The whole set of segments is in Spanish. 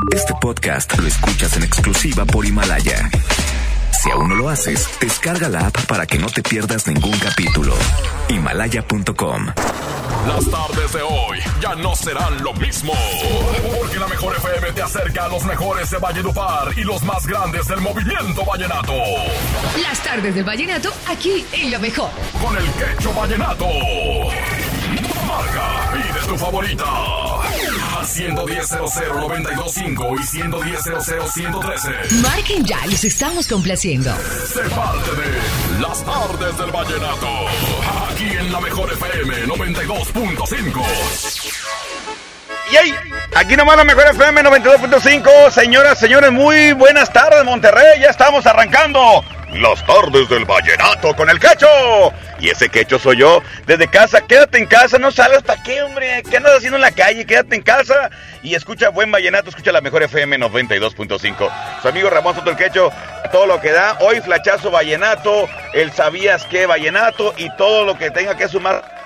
Este podcast lo escuchas en exclusiva por Himalaya. Si aún no lo haces, descarga la app para que no te pierdas ningún capítulo. Himalaya.com. Las tardes de hoy ya no serán lo mismo, porque la Mejor FM te acerca a los mejores de Valledupar y los más grandes del movimiento vallenato. Las tardes del vallenato, aquí en La Mejor. Con el Quecho Vallenato. Marca, pide tu favorita al 110-00-925 y 110-00-113. Marquen ya, los estamos complaciendo. Sé parte de Las tardes del vallenato, aquí en La Mejor FM 92.5. Y ahí, aquí nomás La Mejor FM 92.5. Señoras, señores, muy buenas tardes, Monterrey. Ya estamos arrancando Las tardes del vallenato con el Quecho. Y ese Quecho soy yo. Desde casa, quédate en casa, no salgas. ¿Para qué, hombre? ¿Qué andas haciendo en la calle? Quédate en casa y escucha buen vallenato. Escucha La Mejor FM 92.5. Su amigo Ramón Soto el Quecho, todo lo que da. Hoy flachazo vallenato, el sabías qué vallenato y todo lo que tenga que sumar.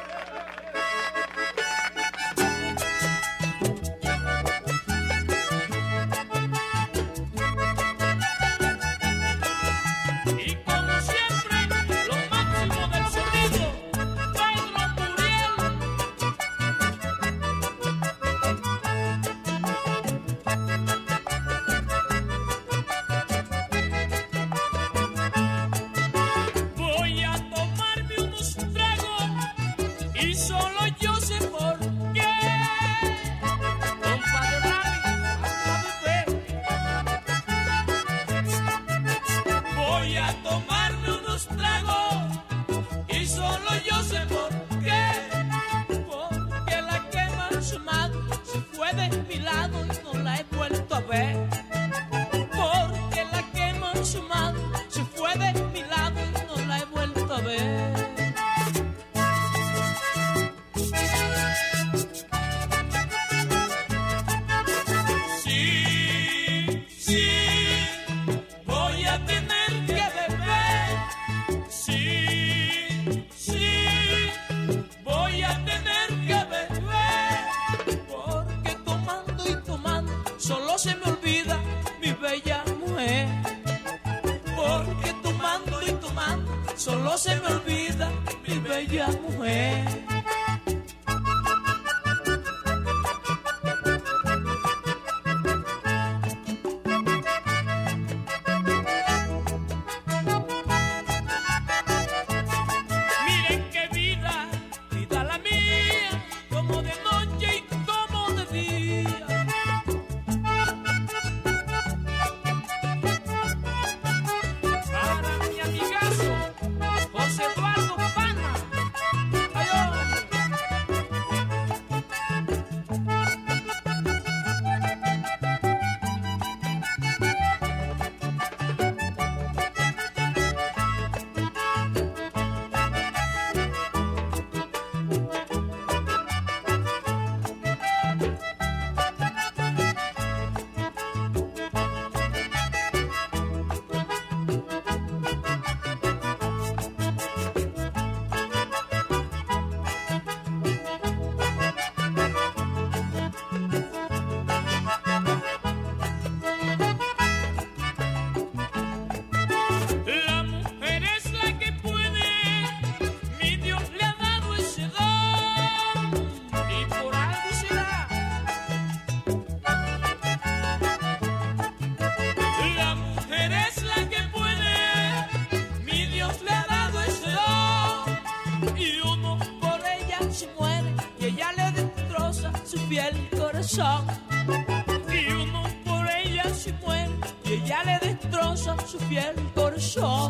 Y uno por ella se muere y ella le destroza su fiel corazón.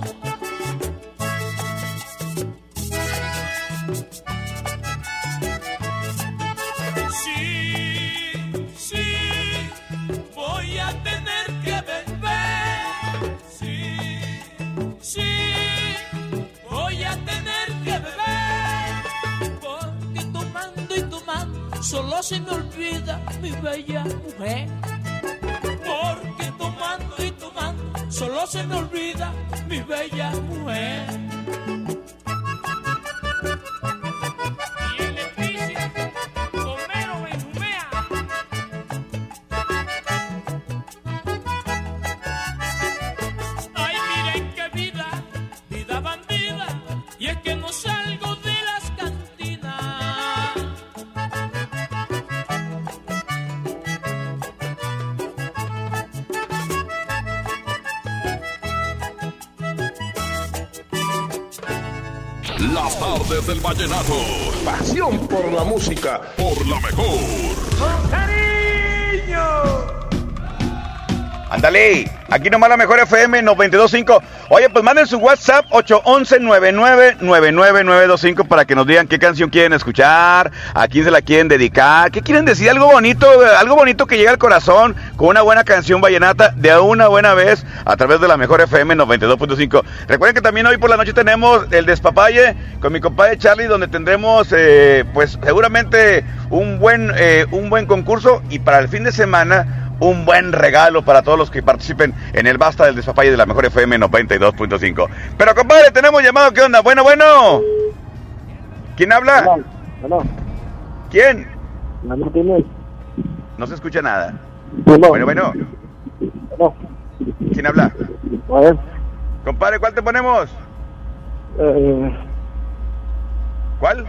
Sí, sí, voy a tener que beber. Sí, sí, voy a tener que beber. Porque tomando y tomando solo se me olvida mi bella mujer. Porque tomando y tomando solo se me olvida mi bella mujer. Y el Leticia, Homero Benjumea. Las tardes del vallenato. Pasión por la música. Por la mejor. Con cariño. Ándale, aquí nomás la mejor FM 92.5. Oye, pues manden su WhatsApp 811-999925 para que nos digan qué canción quieren escuchar, a quién se la quieren dedicar, qué quieren decir, algo bonito que llegue al corazón con una buena canción vallenata de una buena vez a través de la mejor FM 92.5. Recuerden que también hoy por la noche tenemos el Despapalle con mi compadre Charlie, donde tendremos pues seguramente un buen concurso, y para el fin de semana un buen regalo para todos los que participen en el Basta del Despapalle de la mejor FM 92.5. Pero compadre, tenemos llamado, ¿qué onda? Bueno. ¿Quién habla? Hola. ¿Quién? Martínez. No se escucha nada. Bueno. Bueno. ¿Quién habla? A ver. Compadre, ¿cuál te ponemos? ¿Cuál?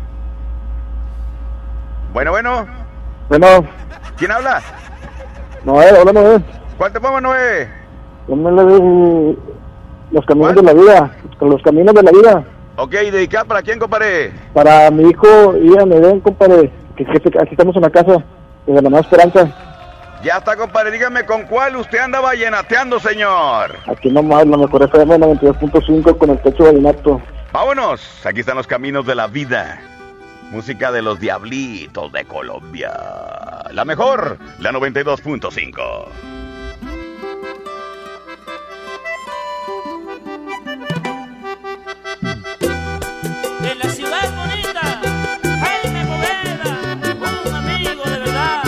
Bueno. ¿Quién habla? Hola Noé. ¿Cuál te ponemos, Noé? Póngale los caminos de la vida. Con los caminos de la vida. Ok, ¿dedicada para quién, compadre? Para mi hijo Ian Eden, compadre. Que aquí estamos en la casa de la Nueva Esperanza. Ya está, compadre. Dígame, ¿con cuál usted anda vallenateando, señor? Aquí nomás, la mejor FM 92.5 con el techo vallenato. Vámonos. Aquí están los caminos de la vida. Música de los Diablitos de Colombia. La mejor, la 92.5. De la ciudad bonita, Jaime Poveda, un amigo de verdad.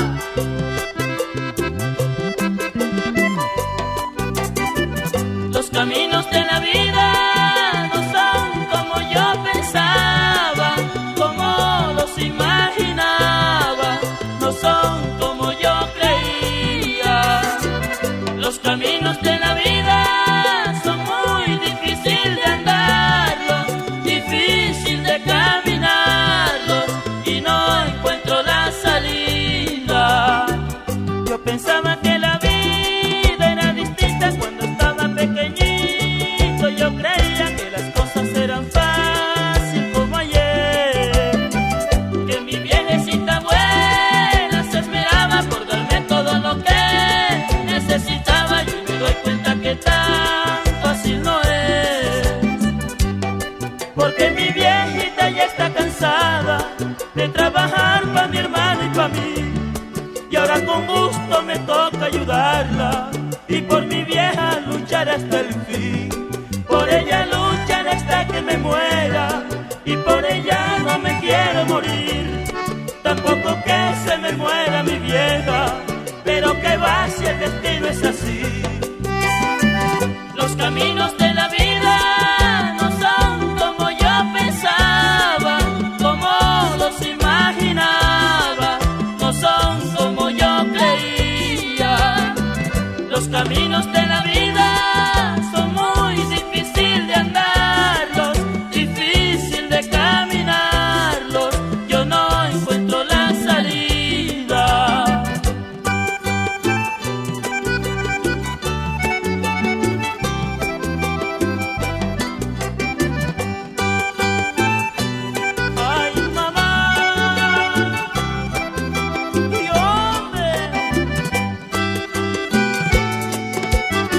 Los caminos de la vida no son como yo pensaba, como los imaginaba, no son como yo creía. Los caminos de la vida son muy difíciles de andarlos, difícil de caminarlos, y no encuentro la salida. Yo pensaba que la vida era distinta cuando estaba pequeñito. Yo creía que las cosas eran fácil como ayer, que mi viejecita buena se esmeraba por darme todo lo que necesitaba. Y me doy cuenta que tan fácil no es, porque mi viejita ya está cansada de trabajar para mi hermano y para mí, y ahora con gusto me toca ayudarla, y por mi vieja luchar hasta el fin. Por ella luchar hasta que me muera, y por ella no me quiero morir, tampoco que se me muera mi vieja, pero que va si el destino es así. Los caminos de la vida no son como yo pensaba, como los imaginaba, no son como yo creía. Los caminos de la vida son muy difíciles de andarlos, difícil de caminarlos, yo no encuentro la salida. Ay, mamá, y hombre,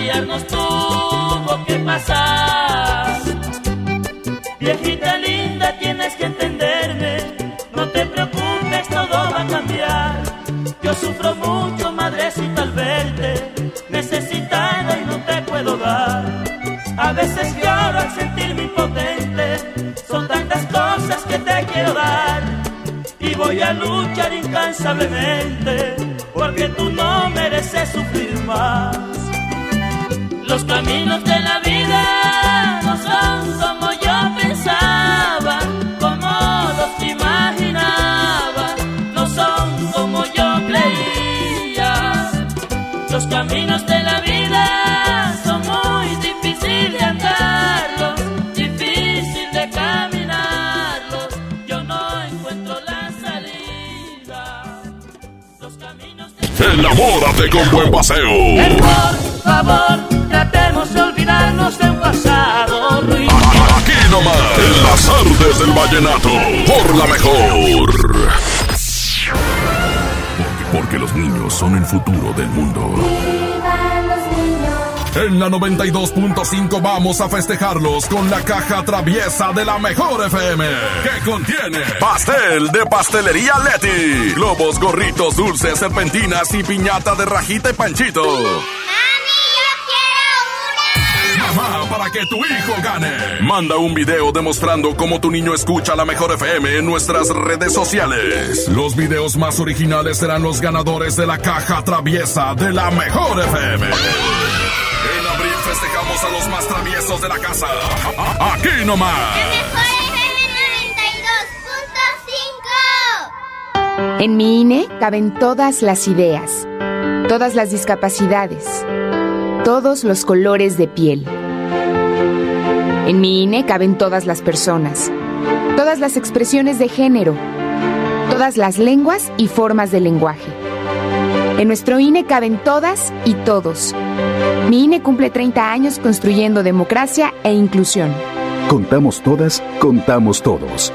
callarnos tuvo que pasar. Viejita linda, tienes que entenderme, no te preocupes, todo va a cambiar. Yo sufro mucho, madrecita, al verte necesitada y no te puedo dar. A veces lloro al sentirme impotente, son tantas cosas que te quiero dar. Y voy a luchar incansablemente, porque tú no mereces sufrir más. Los caminos de la vida no son como yo pensaba, como los imaginaba, no son como yo creía. Los caminos de la vida son muy difíciles de andarlos, difícil de caminarlos. Yo no encuentro la salida. Los caminos de... Enamórate con Buen Paseo. Por favor, tratemos de olvidarnos de un pasado ruin. Aquí nomás, en las artes del vallenato, por la mejor. Porque los niños son el futuro del mundo. ¡Vivan los niños! En la 92.5 vamos a festejarlos con la caja traviesa de la mejor FM, que contiene pastel de pastelería Leti, globos, gorritos, dulces, serpentinas y piñata de rajita y panchito. Mamá, para que tu hijo gane. Manda un video demostrando cómo tu niño escucha la mejor FM en nuestras redes sociales. Los videos más originales serán los ganadores de la caja traviesa de la mejor FM. En abril festejamos a los más traviesos de la casa. Aquí nomás. ¡La mejor FM 92.5! En mi INE caben todas las ideas, todas las discapacidades, todos los colores de piel. En mi INE caben todas las personas, todas las expresiones de género, todas las lenguas y formas de lenguaje. En nuestro INE caben todas y todos. Mi INE cumple 30 años construyendo democracia e inclusión. Contamos todas, contamos todos.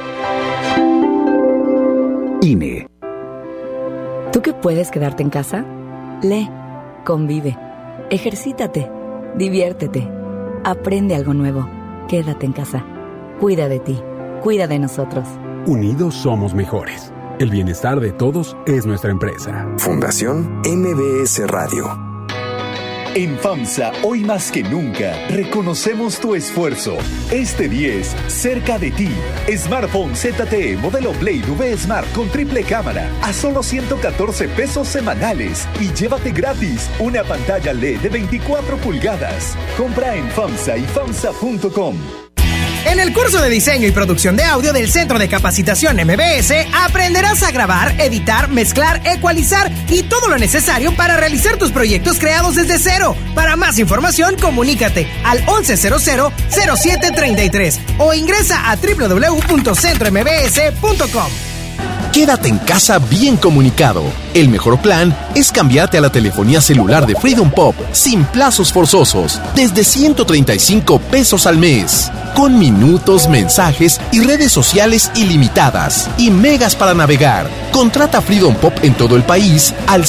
INE. ¿Tú que puedes quedarte en casa? Lee, convive, ejercítate, diviértete, aprende algo nuevo. Quédate en casa. Cuida de ti. Cuida de nosotros. Unidos somos mejores. El bienestar de todos es nuestra empresa. Fundación MBS Radio. En FAMSA, hoy más que nunca, reconocemos tu esfuerzo. Este 10, cerca de ti. Smartphone ZTE modelo Blade V Smart con triple cámara a solo 114 pesos semanales. Y llévate gratis una pantalla LED de 24 pulgadas. Compra en FAMSA y FAMSA.com. En el curso de diseño y producción de audio del Centro de Capacitación MBS aprenderás a grabar, editar, mezclar, ecualizar y todo lo necesario para realizar tus proyectos creados desde cero. Para más información, comunícate al 1100-0733 o ingresa a www.centrombs.com. Quédate en casa bien comunicado. El mejor plan es cambiarte a la telefonía celular de Freedom Pop sin plazos forzosos, desde 135 pesos al mes, con minutos, mensajes y redes sociales ilimitadas y megas para navegar. Contrata Freedom Pop en todo el país al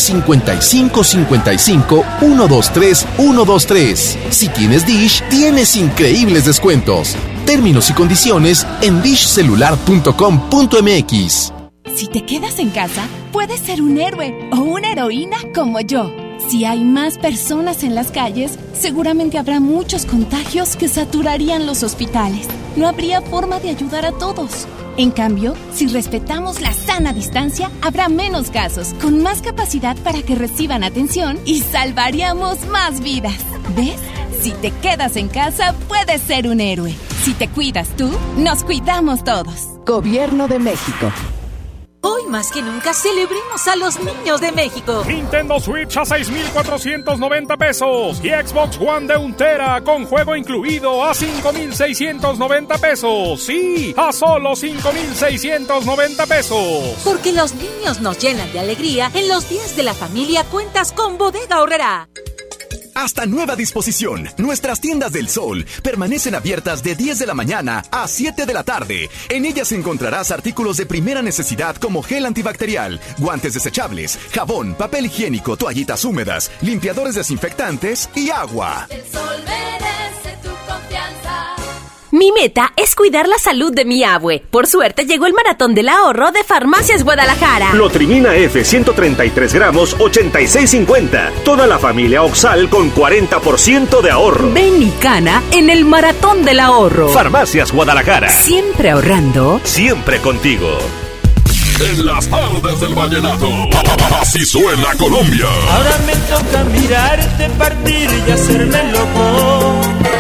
5555 123 123. Si tienes Dish, tienes increíbles descuentos. Términos y condiciones en dishcelular.com.mx. Si te quedas en casa, puedes ser un héroe o una heroína como yo. Si hay más personas en las calles, seguramente habrá muchos contagios que saturarían los hospitales. No habría forma de ayudar a todos. En cambio, si respetamos la sana distancia, habrá menos casos, con más capacidad para que reciban atención y salvaríamos más vidas. ¿Ves? Si te quedas en casa, puedes ser un héroe. Si te cuidas tú, nos cuidamos todos. Gobierno de México. Hoy más que nunca celebremos a los niños de México. Nintendo Switch a 6,490 pesos y Xbox One de 1 tera con juego incluido a 5,690 pesos. Sí, a solo 5,690 pesos. Porque los niños nos llenan de alegría. En los días de la familia cuentas con Bodega Aurrerá. hasta nueva disposición. Nuestras tiendas del Sol permanecen abiertas de 10 de la mañana a 7 de la tarde. En ellas encontrarás artículos de primera necesidad como gel antibacterial, guantes desechables, jabón, papel higiénico, toallitas húmedas, limpiadores desinfectantes y agua. El Sol merece tu confianza. Mi meta es cuidar la salud de mi abue. Por suerte llegó el maratón del ahorro de Farmacias Guadalajara. Lotrimina F 133 gramos, 86.50. Toda la familia Oxal con 40% de ahorro. Ven y cana en el maratón del ahorro. Farmacias Guadalajara. Siempre ahorrando. Siempre contigo. En las tardes del vallenato, así suena Colombia. Ahora me toca mirarte partir y hacerme loco.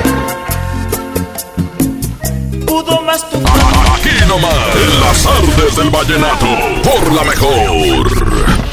Pudo más tu... Aquí nomás, en las tardes del vallenato, por la mejor.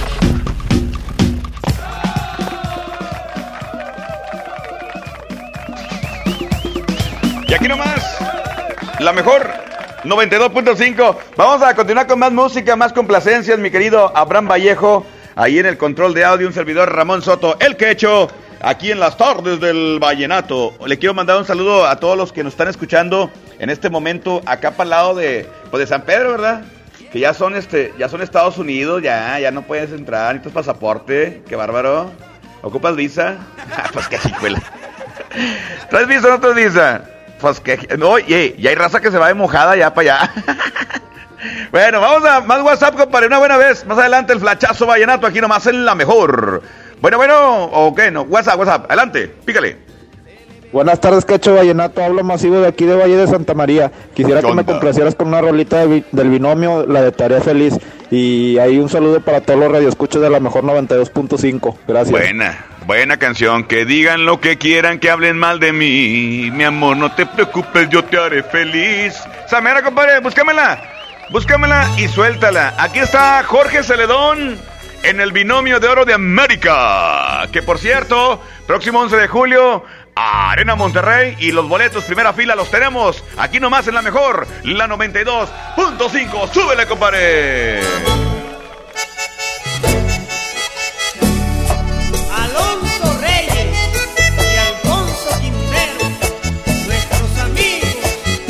Y aquí nomás, la mejor 92.5. Vamos a continuar con más música, más complacencias, mi querido Abraham Vallejo. Ahí en el control de audio, un servidor Ramón Soto, el Quecho, aquí en las tardes del vallenato. Le quiero mandar un saludo a todos los que nos están escuchando en este momento, acá para el lado de San Pedro, ¿verdad? Que ya son Estados Unidos, ya no puedes entrar, necesitas pasaporte, qué bárbaro. ¿Ocupas visa? Pues que chicuela. ¿Traes visa o no traes visa? Pues que no, y hay raza que se va de mojada ya para allá. Bueno, vamos a más WhatsApp, compadre, una buena vez. Más adelante el flachazo vallenato, aquí nomás en la mejor. Bueno, ¿o qué? No, WhatsApp, adelante, pícale. Buenas tardes, Cacho Vallenato, hablo masivo de aquí de Valle de Santa María. Quisiera que me complacieras con una rolita del binomio, la de Tarea Feliz. Y ahí un saludo para todos los radioescuchos de la mejor 92.5. Gracias. Buena canción. Que digan lo que quieran, que hablen mal de mí. Mi amor, no te preocupes, yo te haré feliz. Samera, compadre, búscamela y suéltala. Aquí está Jorge Celedón en el binomio de oro de América. Que por cierto, próximo 11 de julio... Arena Monterrey, y los boletos primera fila los tenemos aquí nomás en la mejor, la 92.5. ¡Súbele, compadre! Alonso Reyes y Alfonso Quintero, nuestros amigos.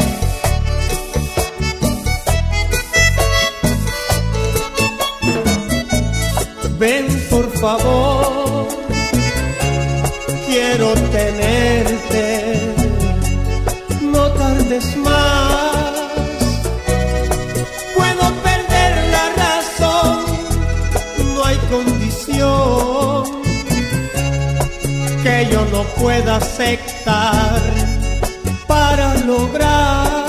Ven, por favor, quiero tenerte, no tardes más. Puedo perder la razón, no hay condición que yo no pueda aceptar para lograr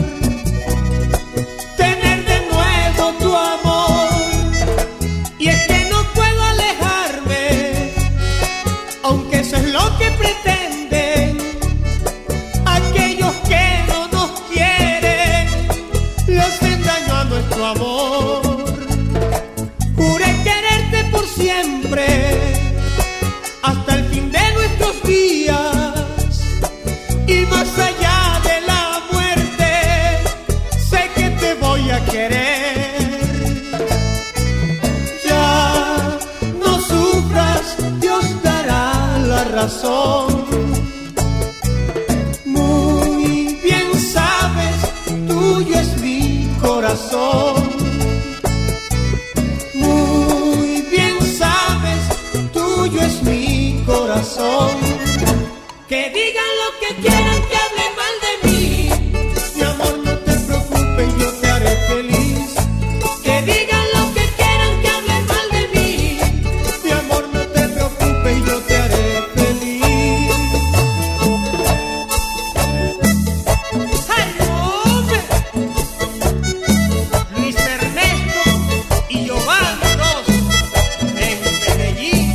tener de nuevo tu amor. Y es que no puedo alejarme, aunque eso es lo que pretenden aquellos que no nos quieren, le hacen daño a nuestro amor. Juré quererte por siempre, hasta el fin de nuestros días, y más allá de la muerte, sé que te voy a querer. Ya no sufras, Dios dará la razón. Muy bien sabes, tuyo es mi corazón. Muy bien sabes, tuyo es mi corazón. Que digan lo que quieran, que hablen mal de mí. Mi amor, no te preocupes, yo te haré feliz. Que digan lo que quieran, que hablen mal de mí. Mi amor, no te preocupes, yo te haré feliz. ¡Ay, hombre! Luis Ernesto y Giovanni Ross en Medellín.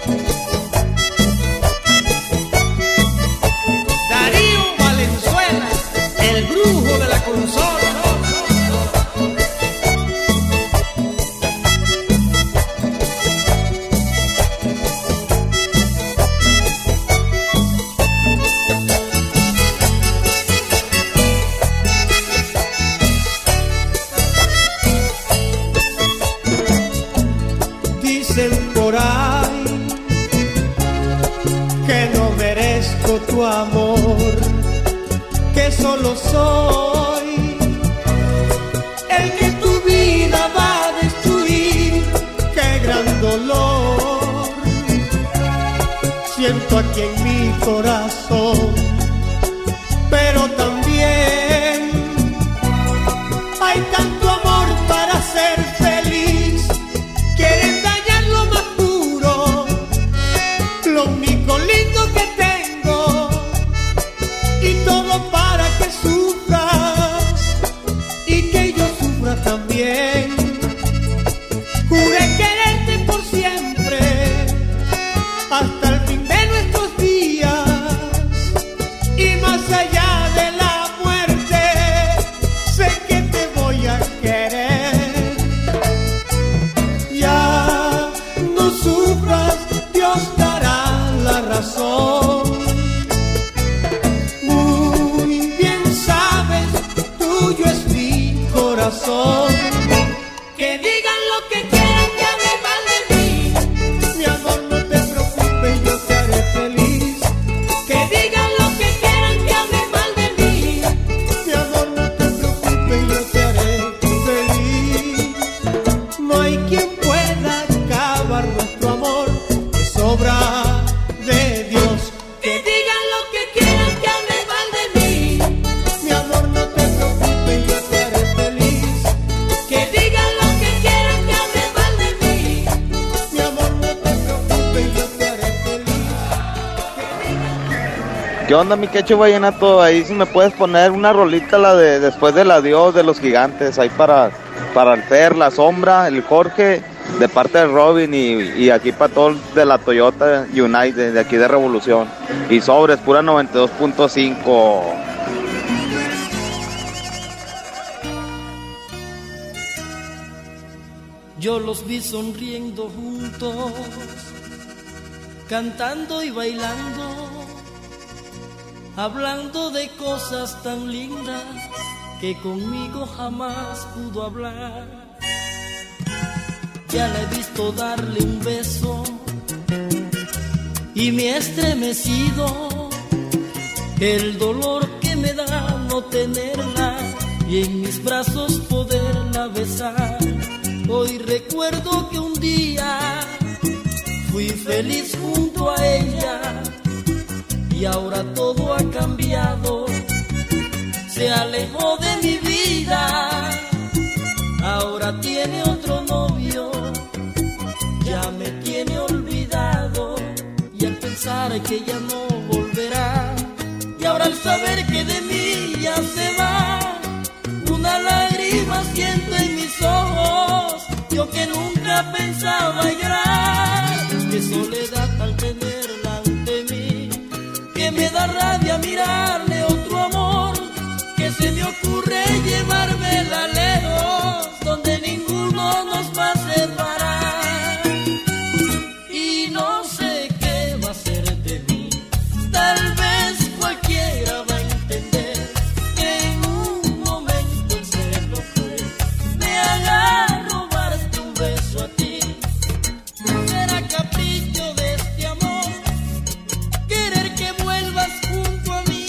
Darío Valenzuela, el brujo de la consola. Dicen por ahí que amor, que solo soy el que tu vida va a destruir. Qué gran dolor siento aquí en mi corazón, pero también hay tanto amor para ser feliz. Quieren dañar lo más puro, lo único lindo que tengo, y todo para que sufras y que yo sufra también. Juré quererte por siempre hasta el fin de nuestros días, y más allá de la muerte sé que te voy a querer. Ya no sufras, Dios dará la razón. Muy bien sabes, tuyo es mi corazón. Que digan lo que quieran, que hablen mal de mí, mi amor, no te preocupes, yo te haré feliz. Que digan lo que quieran, que hablen mal de mí, mi amor, no te preocupes, yo te haré feliz. No hay quien pueda acabar nuestro amor, es obra de Dios. Que digan lo que quieran, que hablen mal de mí, mi amor, no te preocupes, yo te haré feliz. Que digan lo que quieran, que hablen mal de mí, mi amor, no te preocupes, yo te haré feliz. ¿Qué onda, mi Quecho Vallenato? Ahí si me puedes poner una rolita, la de Después del Adiós de Los Gigantes, ahí para el Fer, la Sombra, el Jorge, de parte de Robin, y aquí para todos de la Toyota United, de aquí de Revolución. Y sobres, pura 92.5. Yo los vi sonriendo juntos, cantando y bailando, hablando de cosas tan lindas que conmigo jamás pudo hablar. Ya la he visto darle un beso y me ha estremecido el dolor que me da no tenerla y en mis brazos poderla besar. Hoy recuerdo que un día fui feliz junto a ella y ahora todo ha cambiado. Se alejó de mi vida, ahora tiene otro novio, ya me tiene olvidado. Y al pensar que ya no volverá, y ahora al saber que de mí ya se va, una lágrima siento en mis ojos. Yo que nunca pensaba llorar, qué soledad al tenerla ante mí, que me da rabia mirarle otro amor, que se me ocurre llevármela lejos, donde ninguno nos va a separar. Y no sé qué va a ser de mí, tal vez cualquiera va a entender que en un momento el cielo fue, me haga robarte un beso a ti. Será capricho de este amor, querer que vuelvas junto a mí.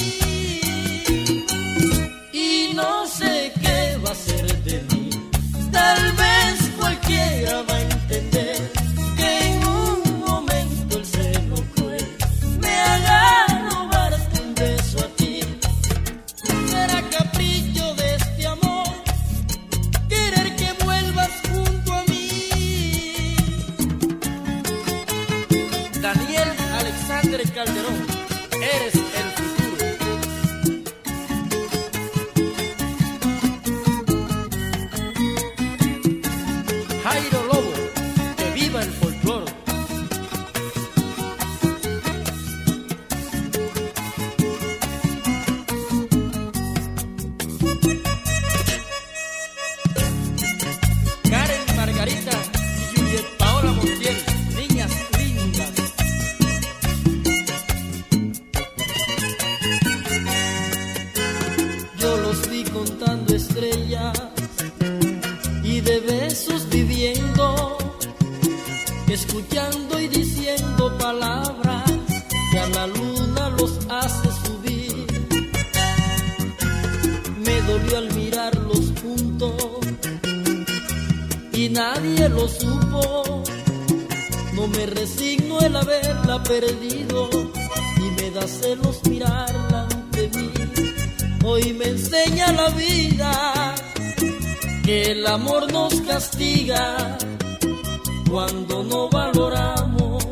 Y no sé qué va a ser de mí, tal vez cualquiera va a entender que en un momento el celo cruel me haga robarte un beso a ti. Será capricho de este amor, querer que vuelvas junto a mí. Daniel Alexander Calderón, eres el futuro. Jairo Lobo, que viva el folclore. Karen Margarita y Juliet Paola Montiel, niñas lindas. Yo los vi contando estrellas y de besos viviendo, escuchando y diciendo palabras que a la luna los haces y nadie lo supo. No me resigno el haberla perdido y me da celos mirarla ante mí. Hoy me enseña la vida que el amor nos castiga cuando no valoramos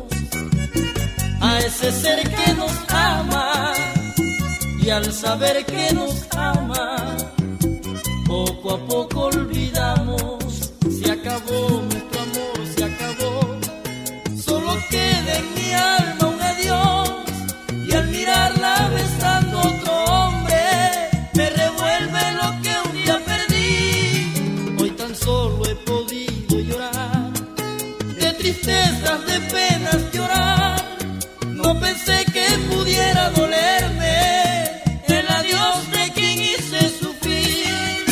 a ese ser que nos ama, y al saber que nos ama poco a poco olvidamos. Se acabó nuestro amor, se acabó, solo queda en mi alma un adiós, y al mirarla besando a otro hombre me revuelve lo que un día perdí. Hoy tan solo he podido llorar, de tristezas, de penas llorar. No pensé que pudiera dolerme el adiós de quien hice sufrir,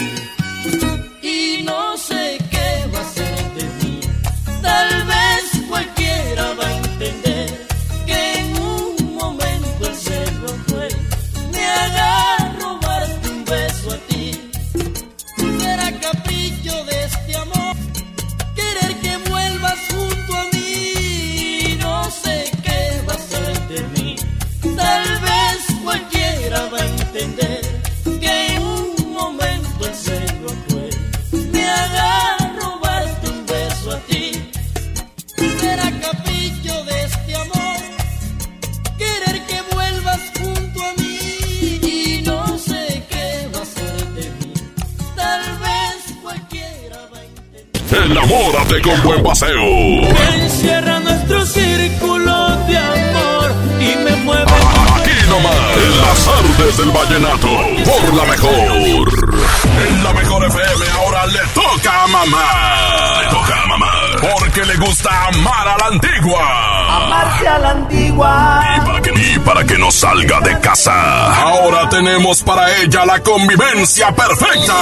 y no sé qué va a ser de mí. Tal vez cualquiera va a entender que en un momento el cielo fue, me haga robarte un beso a ti. Será capricho de este amor querer que vuelvas junto a mí. No sé qué va a ser de mí. Tal vez cualquiera va a entender que en un momento el cielo fue, me haga robarte un beso a ti. Será capricho de este amor querer que vuelvas junto a mí, y no sé qué va a ser de mí. Tal vez cualquiera va a entender. Enamórate con Buen Paseo. Encierra nuestro círculo de amor y me mueve. Aquí nomás, en las artes del vallenato, por la mejor. En la mejor FM ahora le toca a mamá. Le toca a mamá. Porque le gusta amar a la antigua. Amarse a la antigua. Y para que no salga de casa, ahora tenemos para ella la convivencia perfecta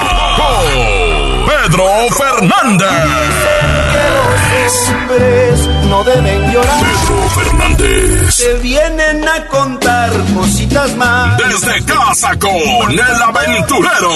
con Pedro Fernández. Los hombres no deben llorar. Pedro Fernández. Te vienen a contar cositas más. Desde casa con el aventurero.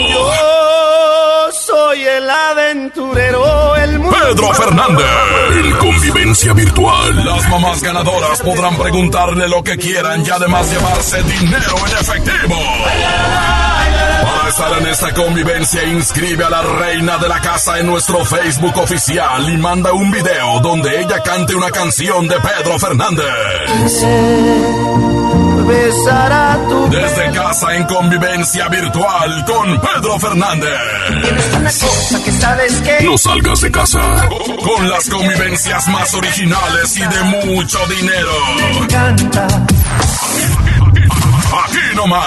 Yo soy el aventurero, el mundo. Pedro Fernández. En convivencia virtual, las mamás ganadoras podrán preguntarle lo que quieran y además llevarse dinero en efectivo. Para estar en esta convivencia, inscribe a la reina de la casa en nuestro Facebook oficial y manda un video donde ella cante una canción de Pedro Fernández. Desde casa en convivencia virtual con Pedro Fernández. Tienes una cosa que sabes que no salgas de casa con las convivencias más originales y de mucho dinero. me encanta. Aquí nomás,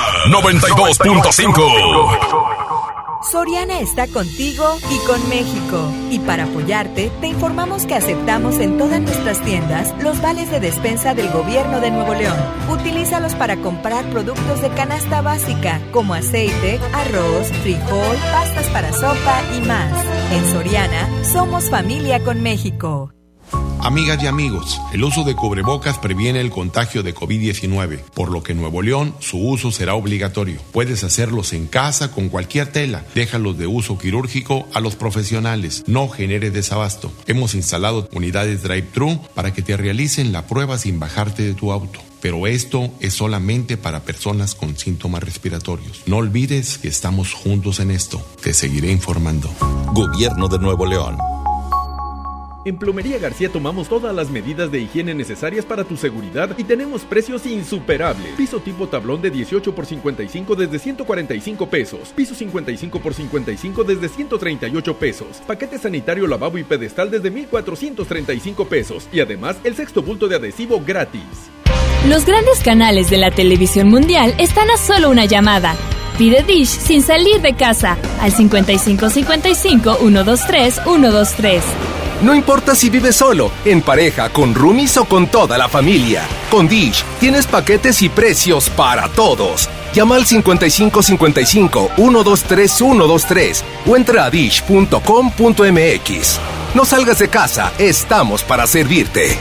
92.5. Soriana está contigo y con México. Y para apoyarte, te informamos que aceptamos en todas nuestras tiendas los vales de despensa del Gobierno de Nuevo León. Utilízalos para comprar productos de canasta básica, como aceite, arroz, frijol, pastas para sopa y más. En Soriana, somos familia con México. Amigas y amigos, el uso de cubrebocas previene el contagio de COVID-19, por lo que en Nuevo León su uso será obligatorio. Puedes hacerlos en casa con cualquier tela. Déjalos de uso quirúrgico a los profesionales. No genere desabasto. Hemos instalado unidades drive-thru para que te realicen la prueba sin bajarte de tu auto. Pero esto es solamente para personas con síntomas respiratorios. No olvides que estamos juntos en esto. Te seguiré informando. Gobierno de Nuevo León. En Plomería García tomamos todas las medidas de higiene necesarias para tu seguridad y tenemos precios insuperables. Piso tipo tablón de 18 por 55 desde 145 pesos. Piso 55 por 55 desde 138 pesos. Paquete sanitario, lavabo y pedestal desde 1,435 pesos. Y además el sexto bulto de adhesivo gratis. Los grandes canales de la televisión mundial están a solo una llamada. Pide Dish sin salir de casa al 5555 123 123. No importa si vives solo, en pareja, con roomies o con toda la familia. Con Dish tienes paquetes y precios para todos. Llama al 5555 123 123 o entra a dish.com.mx. No salgas de casa, estamos para servirte.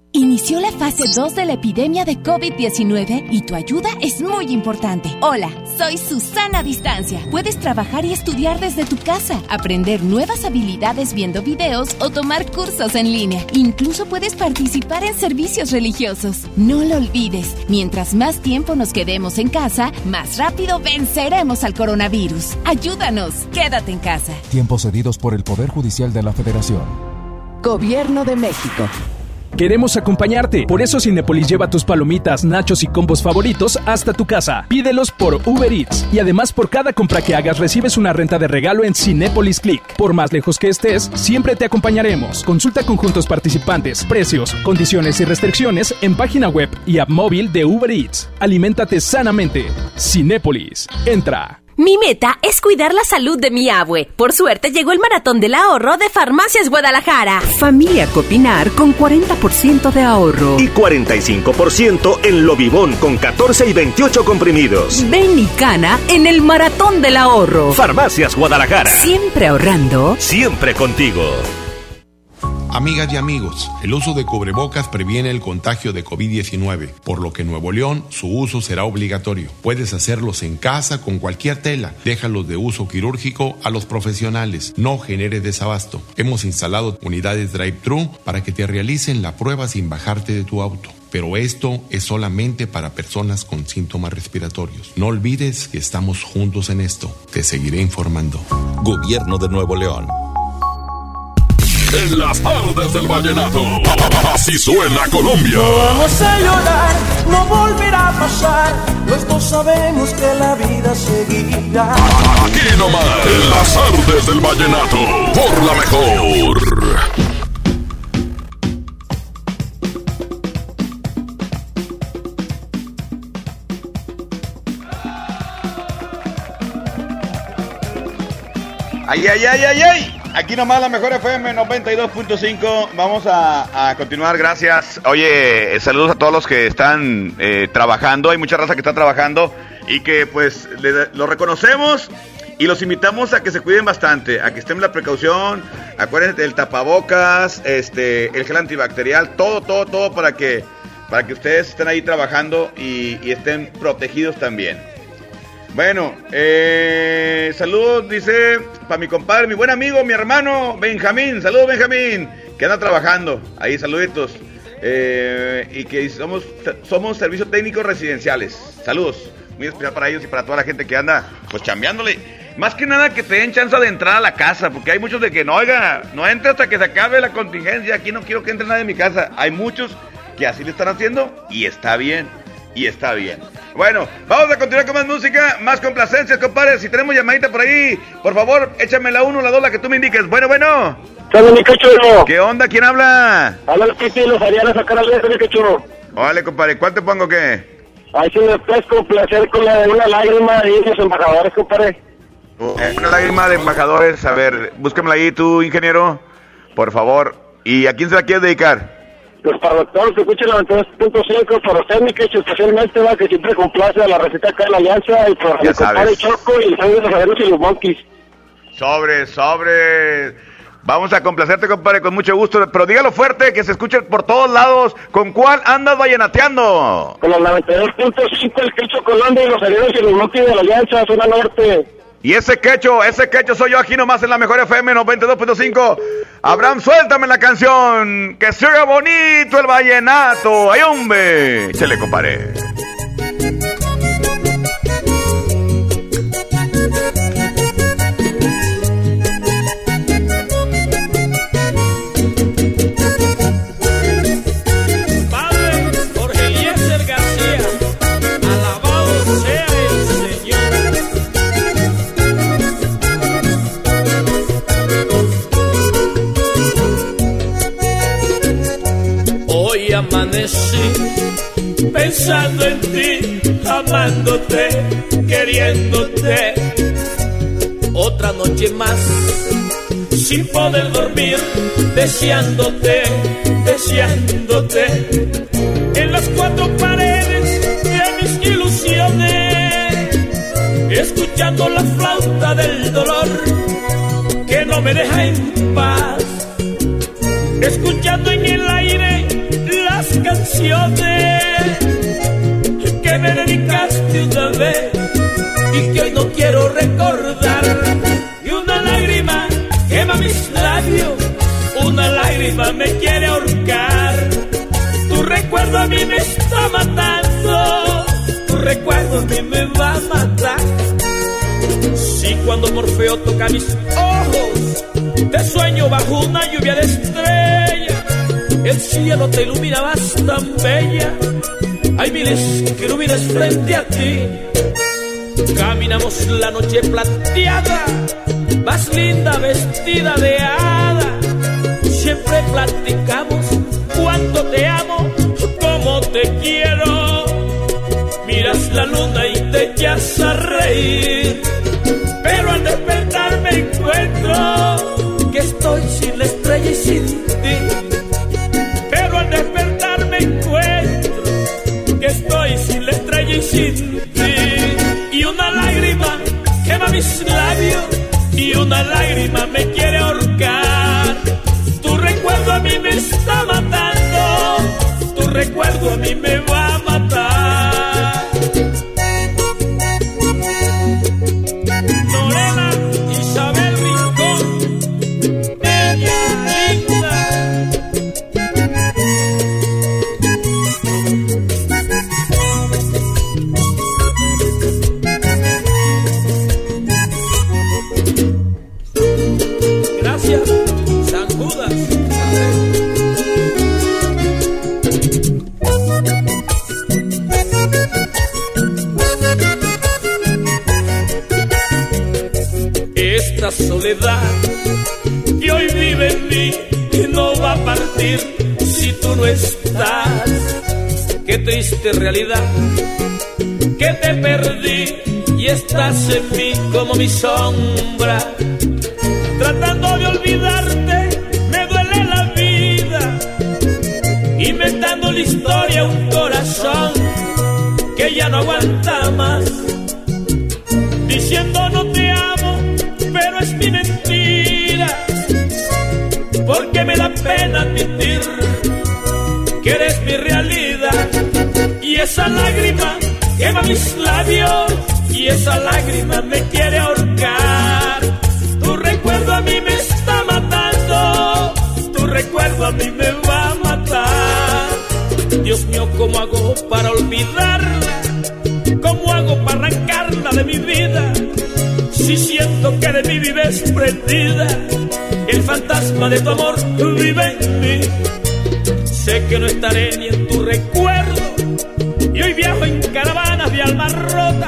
Inició la fase 2 de la epidemia de COVID-19 y tu ayuda es muy importante. Hola, Soy Susana Distancia. Puedes trabajar y estudiar desde tu casa, aprender nuevas habilidades viendo videos o tomar cursos en línea. Incluso puedes participar en servicios religiosos. No lo olvides, mientras más tiempo nos quedemos en casa, más rápido venceremos al coronavirus. Ayúdanos, quédate en casa. Tiempos cedidos por el Poder Judicial de la Federación. Gobierno de México. Queremos acompañarte, por eso Cinépolis lleva tus palomitas, nachos y combos favoritos hasta tu casa. Pídelos por Uber Eats y además por cada compra que hagas recibes una renta de regalo en Cinépolis Click. Por más lejos que estés, siempre te acompañaremos. Consulta conjuntos participantes, precios, condiciones y restricciones en página web y app móvil de Uber Eats. Aliméntate sanamente. Cinépolis. Entra. Mi meta es cuidar la salud de mi abue. Por suerte llegó el Maratón del Ahorro de Farmacias Guadalajara. Familia Copinar con 40% de ahorro. Y 45% en Lobibón con 14 y 28 comprimidos. Ven y cana en el Maratón del Ahorro. Farmacias Guadalajara. Siempre ahorrando. Siempre contigo. Amigas y amigos, el uso de cubrebocas previene el contagio de COVID-19, por lo que en Nuevo León su uso será obligatorio. Puedes hacerlos en casa con cualquier tela. Déjalos de uso quirúrgico a los profesionales. No genere desabasto. Hemos instalado unidades drive-thru para que te realicen la prueba sin bajarte de tu auto. Pero esto es solamente para personas con síntomas respiratorios. No olvides que estamos juntos en esto. Te seguiré informando. Gobierno de Nuevo León. En las tardes del vallenato, así suena Colombia. No vamos a llorar, no volverá a pasar. Los dos sabemos que la vida seguirá. Aquí nomás, en las tardes del vallenato, por la mejor. ¡Ay, ay, ay, ay, ay! Aquí nomás la mejor FM 92.5. Vamos a continuar, gracias. Oye, saludos a todos los que están trabajando. Hay mucha raza que está trabajando y que pues lo reconocemos y los invitamos a que se cuiden bastante, a que estén la precaución. Acuérdense del tapabocas, el gel antibacterial, todo para que ustedes estén ahí trabajando y estén protegidos también. Bueno, saludos, dice, para mi compadre, mi buen amigo, mi hermano, Benjamín. Saludos, Benjamín, que anda trabajando. Ahí, saluditos. Y que somos servicios técnicos residenciales. Saludos, muy especial para ellos y para toda la gente que anda, pues, chambeándole. Más que nada que te den chance de entrar a la casa, porque hay muchos de que, no, oiga, no entre hasta que se acabe la contingencia. Aquí no quiero que entre nadie en mi casa. Hay muchos que así le están haciendo y está bien. Bueno, vamos a continuar con más música, más complacencias, compadre. Si tenemos llamadita por ahí, por favor, échame la 1, la 2, la que tú me indiques. Bueno. ¿Qué onda? ¿Quién habla? Habla el Piti, los harían a sacar al día, mi cacho. Vale, compadre, ¿cuál te pongo qué? Ahí sí me puedes complacer con la de una lágrima de los embajadores, compadre. Una lágrima de embajadores, a ver, búscamela ahí tú, ingeniero, por favor. ¿Y a quién se la quieres dedicar? Pues para todos los que escuchen la 92.5, para usted, mi quecho, especialmente, va, que siempre complace a la receta acá de la Alianza, y por mi compadre Choco, y el de los Jareros y los Monkeys. Sobre. Vamos a complacerte, compadre, con mucho gusto, pero dígalo fuerte, que se escuche por todos lados. ¿Con cuál andas vallenateando? Con la 92.5, el Quecho Colombia y los Jareros y los Monkeys de la Alianza, zona norte. Y ese quecho soy yo aquí nomás en la mejor FM 92.5. Abraham, suéltame la canción, que se oiga bonito el vallenato. ¡Ay, hombre! Se le comparé. Padre Jorge Eliezer García, alabado sea el Señor. Hoy amanecí pensando en ti, amándote, queriéndote. Otra noche más sin poder dormir, deseándote, en las cuatro paredes de mis ilusiones, escuchando la flauta del dolor que no me deja en paz, escuchando en el aire las canciones que me dedicaste una vez veo toca mis ojos, te sueño bajo una lluvia de estrellas. El cielo te iluminabas tan bella, hay miles querubines frente a ti. Caminamos la noche plateada, más linda vestida de hada. Siempre platicamos cuánto te amo, cómo te quiero. Miras la luna y te echas a reír, pero al despertar me encuentro que estoy sin la estrella y sin ti. Pero al despertar me encuentro que estoy sin la estrella y sin ti. Y una lágrima quema mis labios y una lágrima me quiere ahorcar. Tu recuerdo a mí me está matando, tu recuerdo a mí me va a matar. Lorena Isabel Rincón, ella linda. Gracias, San Judas. Esta soledad que hoy vive en mí no va a partir si tú no estás. Qué triste realidad que te perdí y estás en mí como mi sombra. Tratando de olvidarte me duele la vida, inventando la historia un corazón que ya no aguanta más. Diciendo no te amo, pero es mi mentira, porque me da pena admitir que eres mi realidad. Y esa lágrima quema mis labios y esa lágrima me quiere ahorcar. Tu recuerdo a mí me está matando, tu recuerdo a mí me va a matar. Dios mío, ¿cómo hago para olvidarla? ¿Cómo hago para arrancarla de mi vida? Si siento que de mí vives prendida, el fantasma de tu amor vive en mí. Sé que no estaré ni en tu recuerdo y hoy viajo en caravanas de alma rota.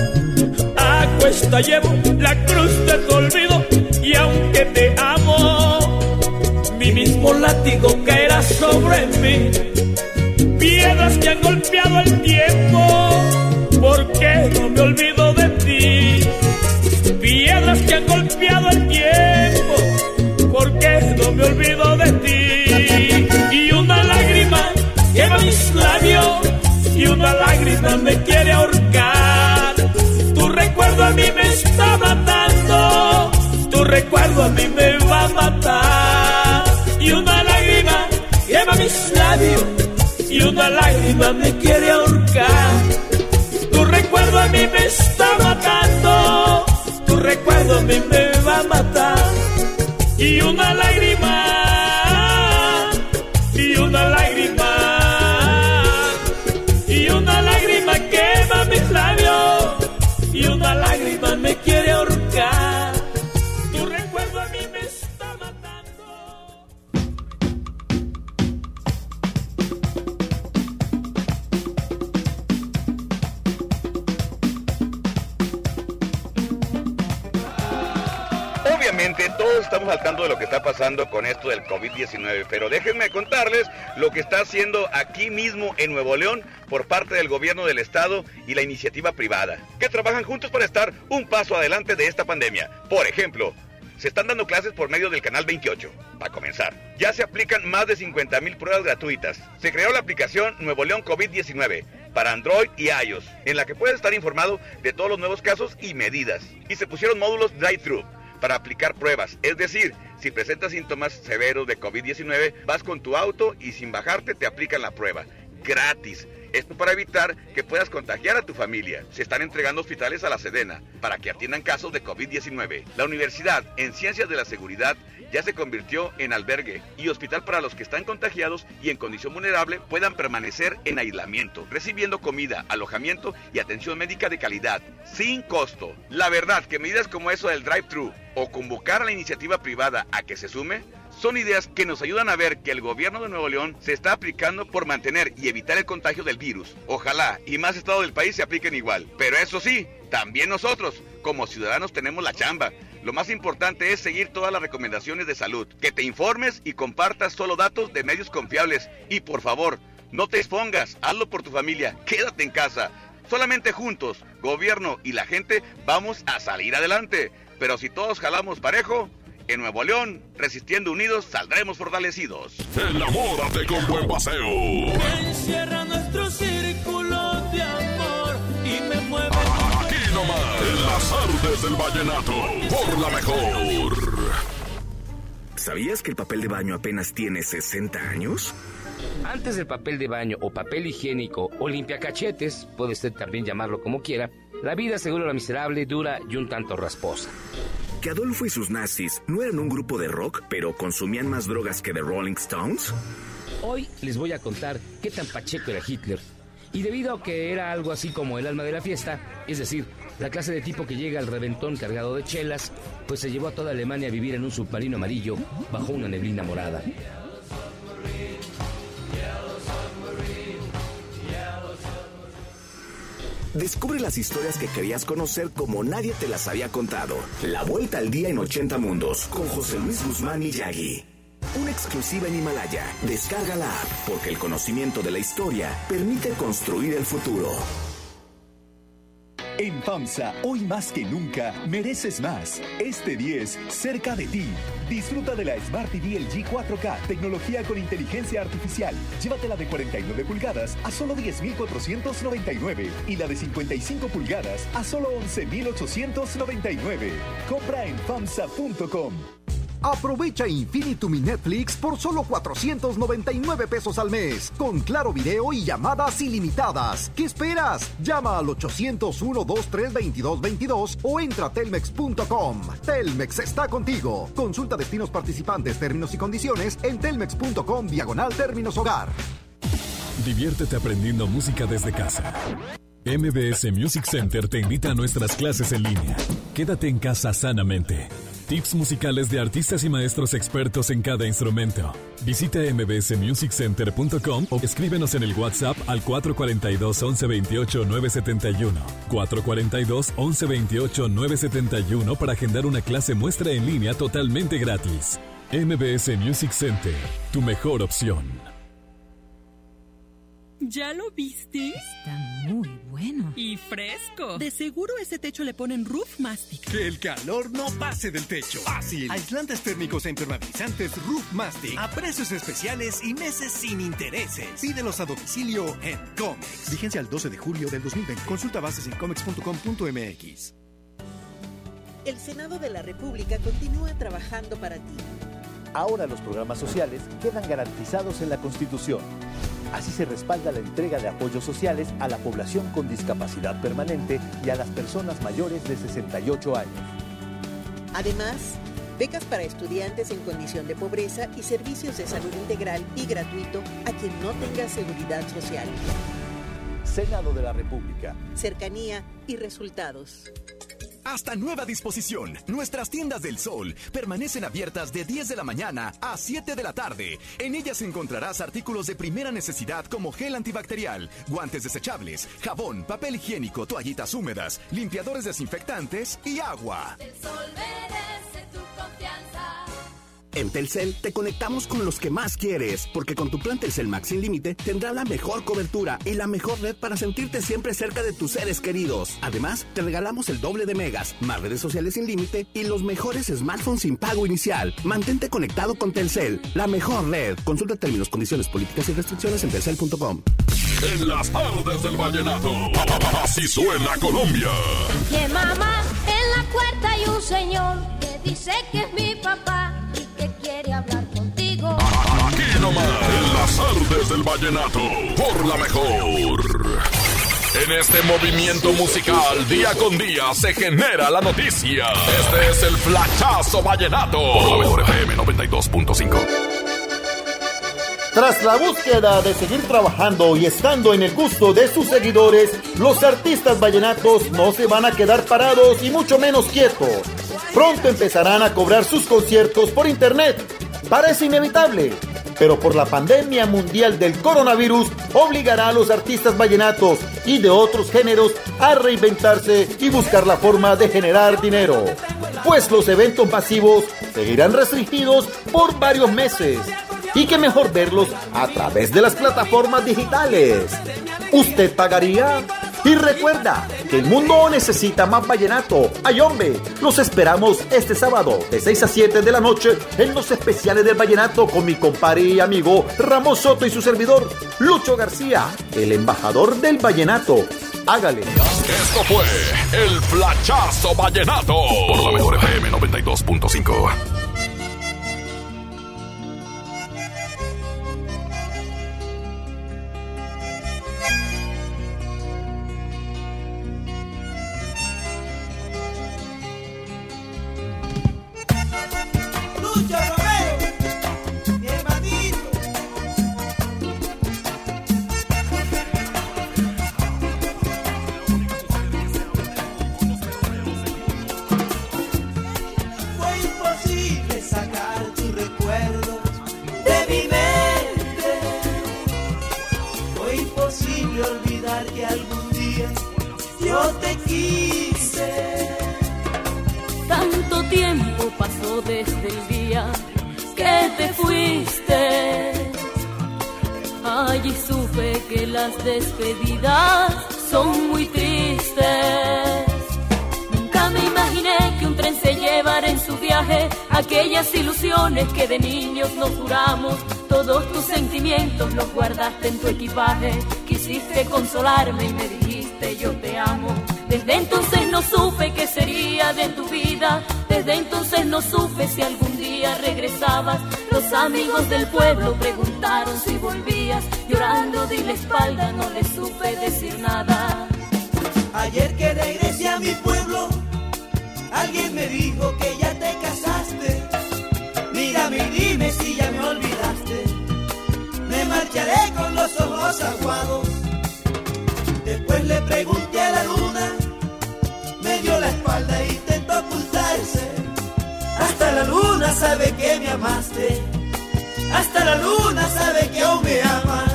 A cuesta llevo la cruz de tu olvido y aunque te amo, mi mismo látigo caerá sobre mí. Piedras que han golpeado el tiempo, ¿por qué no me olvido de ti? Piedras que han golpeado el tiempo, ¿por qué no me olvido de ti? Y una lágrima quema mis labios y una lágrima me quiere ahorcar. Tu recuerdo a mí me está matando, tu recuerdo a mí me va a matar. Y una lágrima quema mis labios y una lágrima me quiere ahorcar. Tu recuerdo a mí me está matando, tu recuerdo a mí me va a matar. Y una lágrima, y una lágrima, y una lágrima quema mis labios y una lágrima me quiere ahorcar. Tu recuerdo a mí me está matando. Obviamente todos estamos al tanto de lo que está pasando con esto del COVID-19, pero déjenme contarles lo que está haciendo aquí mismo en Nuevo León por parte del gobierno del estado y la iniciativa privada, que trabajan juntos para estar un paso adelante de esta pandemia. Por ejemplo, se están dando clases por medio del Canal 28. Para comenzar, ya se aplican más de 50,000 pruebas gratuitas. Se creó la aplicación Nuevo León COVID-19 para Android y iOS, en la que puedes estar informado de todos los nuevos casos y medidas. Y se pusieron módulos drive-thru para aplicar pruebas, es decir, si presentas síntomas severos de COVID-19, vas con tu auto y sin bajarte te aplican la prueba, gratis. Esto para evitar que puedas contagiar a tu familia. Se están entregando hospitales a la Sedena para que atiendan casos de COVID-19. La Universidad en Ciencias de la Seguridad ya se convirtió en albergue y hospital para los que están contagiados y en condición vulnerable puedan permanecer en aislamiento, recibiendo comida, alojamiento y atención médica de calidad, sin costo. La verdad que medidas como eso del drive-thru o convocar a la iniciativa privada a que se sume, son ideas que nos ayudan a ver que el gobierno de Nuevo León se está aplicando por mantener y evitar el contagio del virus. Ojalá y más estados del país se apliquen igual. Pero eso sí, también nosotros, como ciudadanos, tenemos la chamba. Lo más importante es seguir todas las recomendaciones de salud, que te informes y compartas solo datos de medios confiables. Y por favor, no te expongas, hazlo por tu familia, quédate en casa. Solamente juntos, gobierno y la gente, vamos a salir adelante. Pero si todos jalamos parejo, en Nuevo León, resistiendo unidos, saldremos fortalecidos. Enamórate con Buen Paseo. Encierra nuestro círculo de amor y me mueve. Aquí nomás, en las artes del vallenato, por la mejor. ¿Sabías que el papel de baño apenas tiene 60 años? Antes del papel de baño o papel higiénico o limpiacachetes, puede usted también llamarlo como quiera, la vida según la miserable, dura y un tanto rasposa. ¿Que Adolfo y sus nazis no eran un grupo de rock, pero consumían más drogas que The Rolling Stones? Hoy les voy a contar qué tan pacheco era Hitler. Y debido a que era algo así como el alma de la fiesta, es decir, la clase de tipo que llega al reventón cargado de chelas, pues se llevó a toda Alemania a vivir en un submarino amarillo bajo una neblina morada. Descubre las historias que querías conocer como nadie te las había contado. La Vuelta al Día en 80 Mundos, con José Luis Guzmán y Yagi. Una exclusiva en Himalaya. Descarga la app, porque el conocimiento de la historia permite construir el futuro. En FAMSA, hoy más que nunca, mereces más. Este 10, cerca de ti. Disfruta de la Smart TV LG 4K, tecnología con inteligencia artificial. Llévatela de 49 pulgadas a solo 10,499 y la de 55 pulgadas a solo 11,899. Compra en FAMSA.com. Aprovecha Infinitum mi Netflix por solo 499 pesos al mes, con claro video y llamadas ilimitadas. ¿Qué esperas? Llama al 801-232222 o entra a telmex.com. Telmex está contigo. Consulta destinos participantes, términos y condiciones en telmex.com/términos hogar. Diviértete aprendiendo música desde casa. MBS Music Center te invita a nuestras clases en línea. Quédate en casa sanamente. Tips musicales de artistas y maestros expertos en cada instrumento. Visita mbsmusiccenter.com o escríbenos en el WhatsApp al 442-1128-971. 442-1128-971 para agendar una clase muestra en línea totalmente gratis. MBS Music Center, tu mejor opción. ¿Ya lo viste? Está muy bueno. Y fresco. De seguro a ese techo le ponen Roof Mastic. Que el calor no pase del techo. Fácil. Aislantes térmicos e impermeabilizantes Roof Mastic. A precios especiales y meses sin intereses. Pídelos a domicilio en Comex. Vigencia al 12 de julio del 2020. Consulta bases en comex.com.mx. El Senado de la República continúa trabajando para ti. Ahora los programas sociales quedan garantizados en la Constitución. Así se respalda la entrega de apoyos sociales a la población con discapacidad permanente y a las personas mayores de 68 años. Además, becas para estudiantes en condición de pobreza y servicios de salud integral y gratuito a quien no tenga seguridad social. Senado de la República. Cercanía y resultados. Hasta nueva disposición, nuestras tiendas del Sol permanecen abiertas de 10 de la mañana a 7 de la tarde. En ellas encontrarás artículos de primera necesidad como gel antibacterial, guantes desechables, jabón, papel higiénico, toallitas húmedas, limpiadores desinfectantes y agua. El Sol merece tu confianza. En Telcel te conectamos con los que más quieres, porque con tu plan Telcel Max sin límite tendrás la mejor cobertura y la mejor red para sentirte siempre cerca de tus seres queridos. Además, te regalamos el doble de megas, más redes sociales sin límite y los mejores smartphones sin pago inicial. Mantente conectado con Telcel, la mejor red. Consulta términos, condiciones, políticas y restricciones en telcel.com. En las tardes del vallenato, así suena Colombia. Que mamá, en la puerta hay un señor que dice que es mi papá y que quiere hablar contigo. Aquí nomás, en las Las tardes del vallenato, por la mejor. En este movimiento musical, día con día, se genera la noticia. Este es el Flachazo Vallenato, por la mejor FM 92.5. Tras la búsqueda de seguir trabajando y estando en el gusto de sus seguidores, los artistas vallenatos no se van a quedar parados y mucho menos quietos. Pronto empezarán a cobrar sus conciertos por internet. Parece inevitable, pero por la pandemia mundial del coronavirus obligará a los artistas vallenatos y de otros géneros a reinventarse y buscar la forma de generar dinero. Pues los eventos masivos seguirán restringidos por varios meses. Y qué mejor verlos a través de las plataformas digitales. ¿Usted pagaría? Y recuerda que el mundo necesita más vallenato. ¡Ay, hombre! Los esperamos este sábado de 6 a 7 de la noche en los especiales del vallenato con mi compadre y amigo Ramón Soto y su servidor Lucho García, el embajador del vallenato. Hágale. Esto fue el Flachazo Vallenato por la mejor FM 92.5. Despedidas son muy tristes. Nunca me imaginé que un tren se llevara en su viaje aquellas ilusiones que de niños nos juramos. Todos tus sentimientos los guardaste en tu equipaje. Quisiste consolarme y me dijiste yo te amo. Desde entonces no supe qué sería de tu vida. Desde entonces no supe si algún día regresabas. Los amigos del pueblo preguntaron si volvías. Llorando di la espalda, no les supe decir nada. Ayer que regresé a mi pueblo, alguien me dijo que ya te casaste. Mírame y dime si ya me olvidaste. Me marcharé con los ojos aguados. Después le pregunté a la luna, me dio la espalda e intentó ocultarse. Hasta la luna sabe que me amaste. Hasta la luna sabe que aún me amas.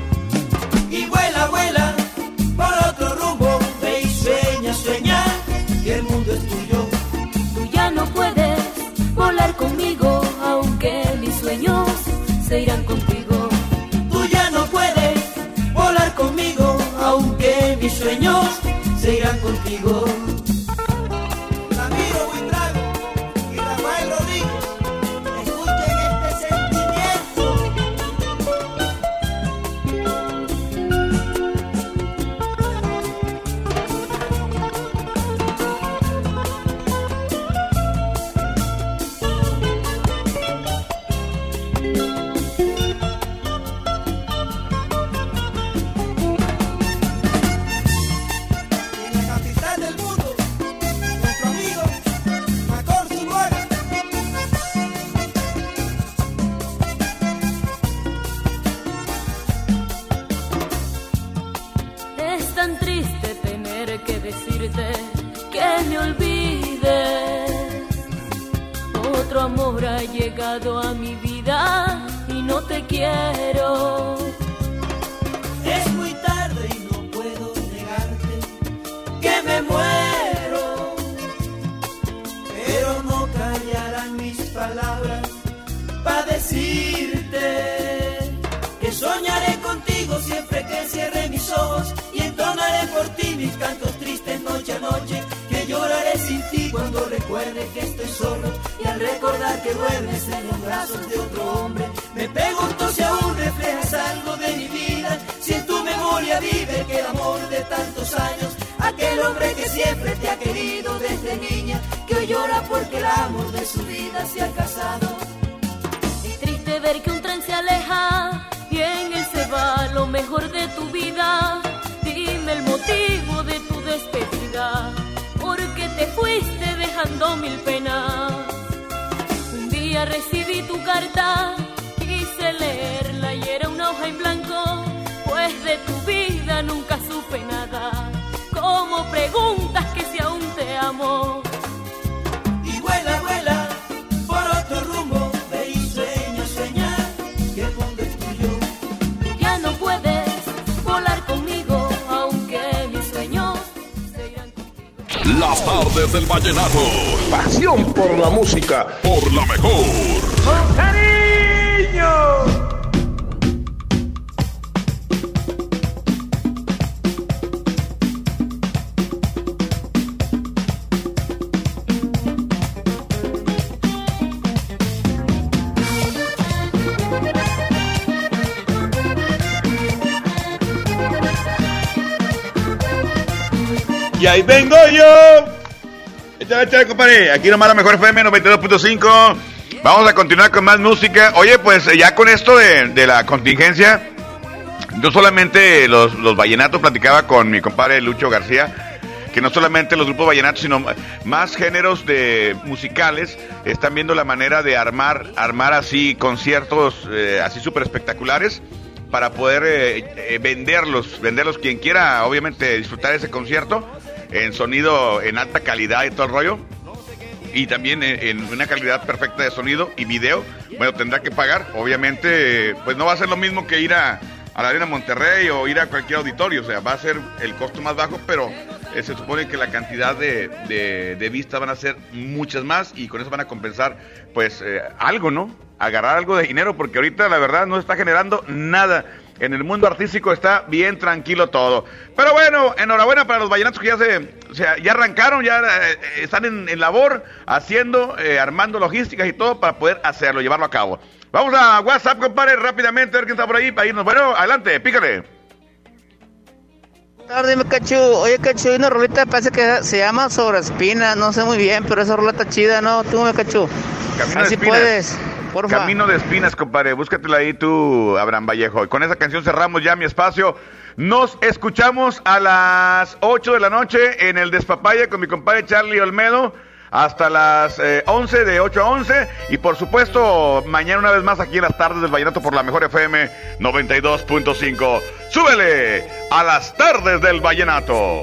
Y vuela, vuela por otro rumbo. Ve y sueña, sueña que el mundo es tuyo. Tú ya no puedes volar conmigo, aunque mis sueños se irán contigo. Tú ya no puedes volar conmigo, aunque mis sueños se irán contigo. A mi vida y no te quiero. Es muy tarde y no puedo negarte que me muero, pero no callarán mis palabras para decirte que soñaré contigo siempre que cierre mis ojos y entonaré por ti mis cantos tristes noche a noche. Que lloraré sin ti cuando recuerde que estoy solo y al recordar que duermes en los brazos de otro hombre. Me pregunto si aún reflejas algo de mi vida, si en tu memoria vive aquel amor de tantos años, aquel hombre que siempre te ha querido desde niña, que hoy llora porque el amor de su vida se ha casado. Es triste ver que un tren se aleja y mil penas. Un día recibí tu carta, quise leerla y era una hoja en blanco, pues de tu vida nunca supe nada. Como preguntas que si aún te amo. Y vuela, vuela por otro rumbo, ve y sueña, sueña que el mundo es tuyo. Ya no puedes volar conmigo, aunque mis sueños se irán contigo. Las tardes del vallenato. Pasión por la música. Por la mejor. ¡Con cariño! Y ahí vengo yo. Échale, compadre. Aquí nomás la mejor FM 92.5. Vamos a continuar con más música. Oye, pues ya con esto de la contingencia, no solamente los vallenatos, platicaba con mi compadre Lucho García, que no solamente los grupos vallenatos, sino más géneros de musicales están viendo la manera de armar así conciertos así súper espectaculares para poder venderlos quien quiera, obviamente, disfrutar ese concierto en sonido en alta calidad y todo el rollo, y también en una calidad perfecta de sonido y video. Bueno, tendrá que pagar, obviamente, pues no va a ser lo mismo que ir a la Arena Monterrey o ir a cualquier auditorio, o sea, va a ser el costo más bajo, pero se supone que la cantidad de vistas van a ser muchas más y con eso van a compensar, pues, algo, ¿no? Agarrar algo de dinero, porque ahorita la verdad no está generando nada. En el mundo artístico está bien tranquilo todo. Pero bueno, enhorabuena para los vallenatos que ya arrancaron, ya están en labor, haciendo, armando logísticas y todo para poder hacerlo, llevarlo a cabo. Vamos a WhatsApp, compadre, rápidamente, a ver quién está por ahí para irnos. Bueno, adelante, pícale. Buenas tardes, mi Cachu. Oye, Cachu, hay una rolita, parece que se llama Sobre Espinas, no sé muy bien, pero esa rolita chida, ¿no? Tú, mi Cachu. Camino así de Espinas. Puedes. Porfa. Camino de Espinas, compadre, búscatela ahí tú, Abraham Vallejo. Y con esa canción cerramos ya mi espacio. Nos escuchamos a las 8 de la noche en el Despapaya con mi compadre Charlie Olmedo hasta las 11, de 8 a 11. Y por supuesto, mañana una vez más aquí en las tardes del vallenato por la mejor FM 92.5. ¡Súbele a las tardes del vallenato!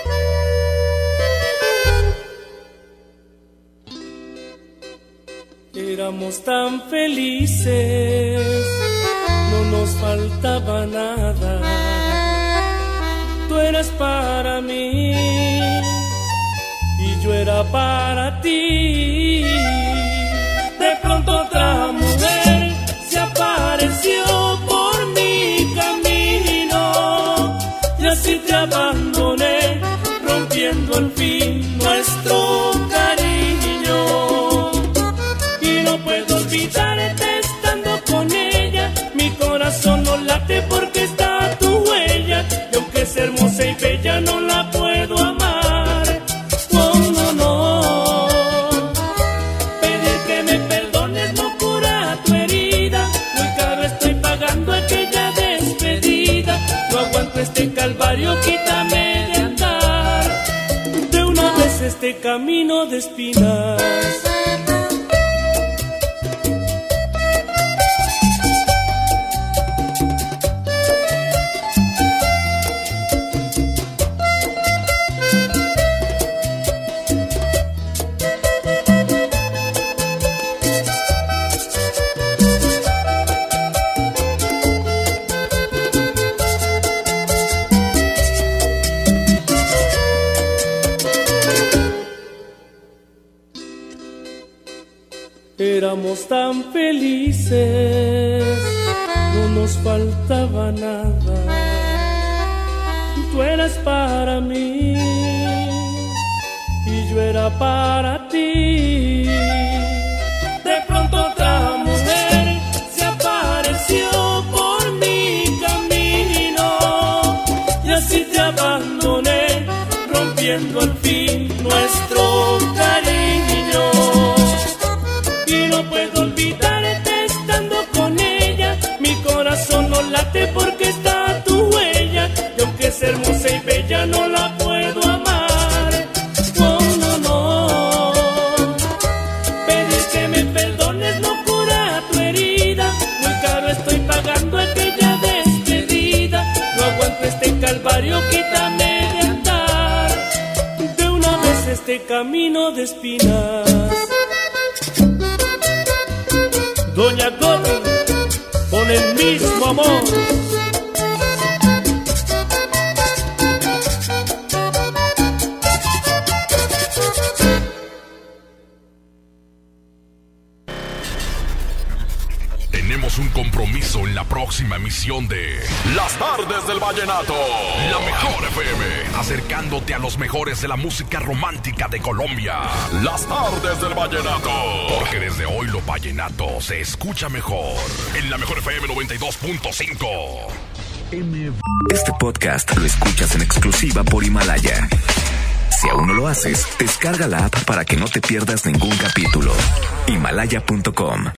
Éramos tan felices, no nos faltaba nada. Tú eras para mí y yo era para ti. De pronto otra mujer se apareció por mi camino y así te abandoné, rompiendo al fin nuestro cariño. Olvidarte estando con ella, mi corazón no late porque está tu huella, y aunque es hermosa y bella no la puedo amar. Oh, no, no. Pedir que me perdones no cura tu herida, muy caro estoy pagando aquella despedida. No aguanto este calvario, quítame de andar de una vez este camino de espinas. Éramos tan felices, no nos faltaba nada. Tú eras para mí y yo era para ti. De pronto otra mujer se apareció por mi camino y así te abandoné, rompiendo al fin nuestro cariño. Y no puedo olvidarte estando con ella, mi corazón no late porque está tu huella, y aunque es hermosa y bella no la puedo amar. Oh, no, no. calvario quítame de andar de una vez este camino de espinas. Doña Coti, con el mismo amor. Tenemos un compromiso en la próxima emisión de Las Tardes del Vallenato. La mejor FM, acercándote a los mejores de la música romántica de Colombia. Las Tardes del Vallenato. Porque desde hoy lo vallenato se escucha mejor. En la mejor FM 92.5. Este podcast lo escuchas en exclusiva por Himalaya. Si aún no lo haces, descarga la app para que no te pierdas ningún capítulo. Himalaya.com